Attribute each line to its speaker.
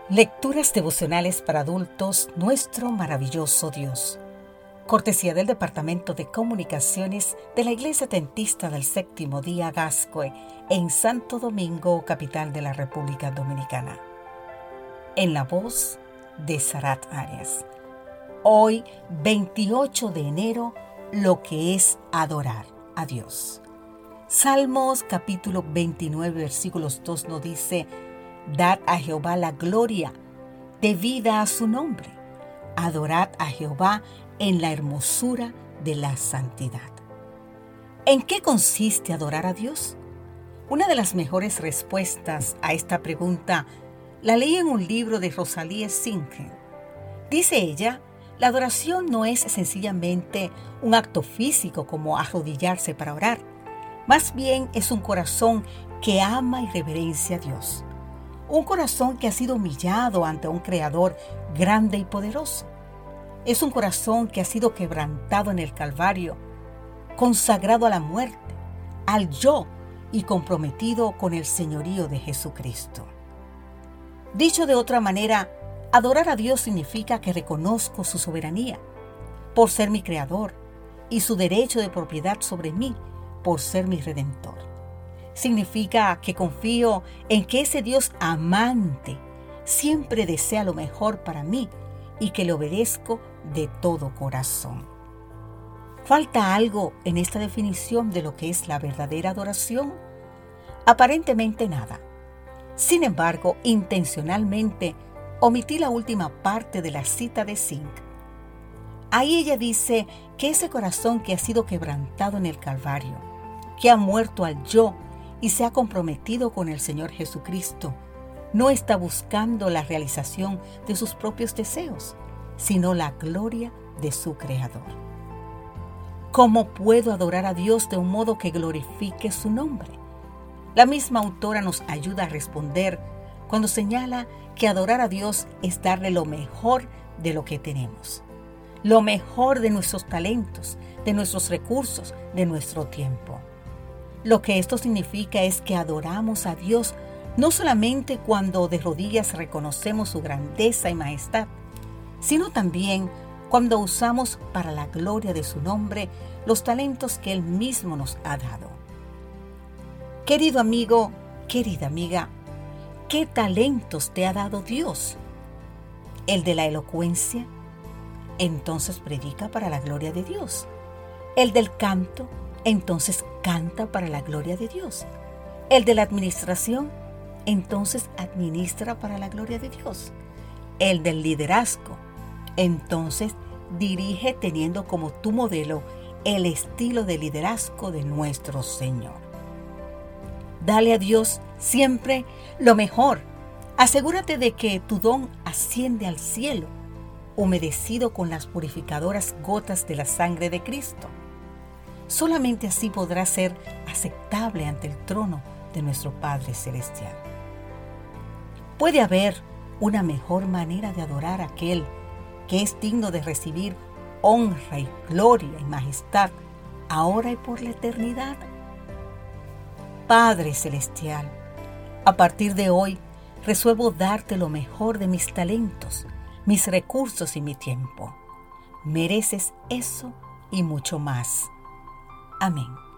Speaker 1: Lecturas devocionales para adultos, Nuestro maravilloso Dios. Cortesía del Departamento de Comunicaciones de la Iglesia Adventista del Séptimo Día Gascue en Santo Domingo, capital de la República Dominicana. En la voz de Sarat Arias. Hoy, 28 de enero, lo que es adorar a Dios. Salmos capítulo 29, versículos 2 nos dice: Dad a Jehová la gloria, debida a su nombre. Adorad a Jehová en la hermosura de la santidad. ¿En qué consiste adorar a Dios? Una de las mejores respuestas a esta pregunta la leí en un libro de Rosalie Singer. Dice ella: la adoración no es sencillamente un acto físico como arrodillarse para orar. Más bien es un corazón que ama y reverencia a Dios. Un corazón que ha sido humillado ante un Creador grande y poderoso. Es un corazón que ha sido quebrantado en el Calvario, consagrado a la muerte, al yo y comprometido con el señorío de Jesucristo. Dicho de otra manera, adorar a Dios significa que reconozco su soberanía por ser mi Creador y su derecho de propiedad sobre mí por ser mi Redentor. Significa que confío en que ese Dios amante siempre desea lo mejor para mí y que le obedezco de todo corazón. ¿Falta algo en esta definición de lo que es la verdadera adoración? Aparentemente nada. Sin embargo, intencionalmente omití la última parte de la cita de Sink. Ahí ella dice que ese corazón que ha sido quebrantado en el Calvario, que ha muerto al yo y se ha comprometido con el Señor Jesucristo, no está buscando la realización de sus propios deseos, sino la gloria de su Creador. ¿Cómo puedo adorar a Dios de un modo que glorifique su nombre? La misma autora nos ayuda a responder cuando señala que adorar a Dios es darle lo mejor de lo que tenemos, lo mejor de nuestros talentos, de nuestros recursos, de nuestro tiempo. Lo que esto significa es que adoramos a Dios no solamente cuando de rodillas reconocemos su grandeza y majestad, sino también cuando usamos para la gloria de su nombre los talentos que Él mismo nos ha dado. Querido amigo, querida amiga, ¿qué talentos te ha dado Dios? ¿El de la elocuencia? Entonces predica para la gloria de Dios. ¿El del canto? Entonces canta para la gloria de Dios. El de la administración, entonces administra para la gloria de Dios. El del liderazgo, entonces dirige teniendo como tu modelo el estilo de liderazgo de nuestro Señor. Dale a Dios siempre lo mejor. Asegúrate de que tu don asciende al cielo, humedecido con las purificadoras gotas de la sangre de Cristo. Solamente así podrá ser aceptable ante el trono de nuestro Padre Celestial. ¿Puede haber una mejor manera de adorar a aquel que es digno de recibir honra y gloria y majestad ahora y por la eternidad? Padre Celestial, a partir de hoy resuelvo darte lo mejor de mis talentos, mis recursos y mi tiempo. Mereces eso y mucho más. Amén.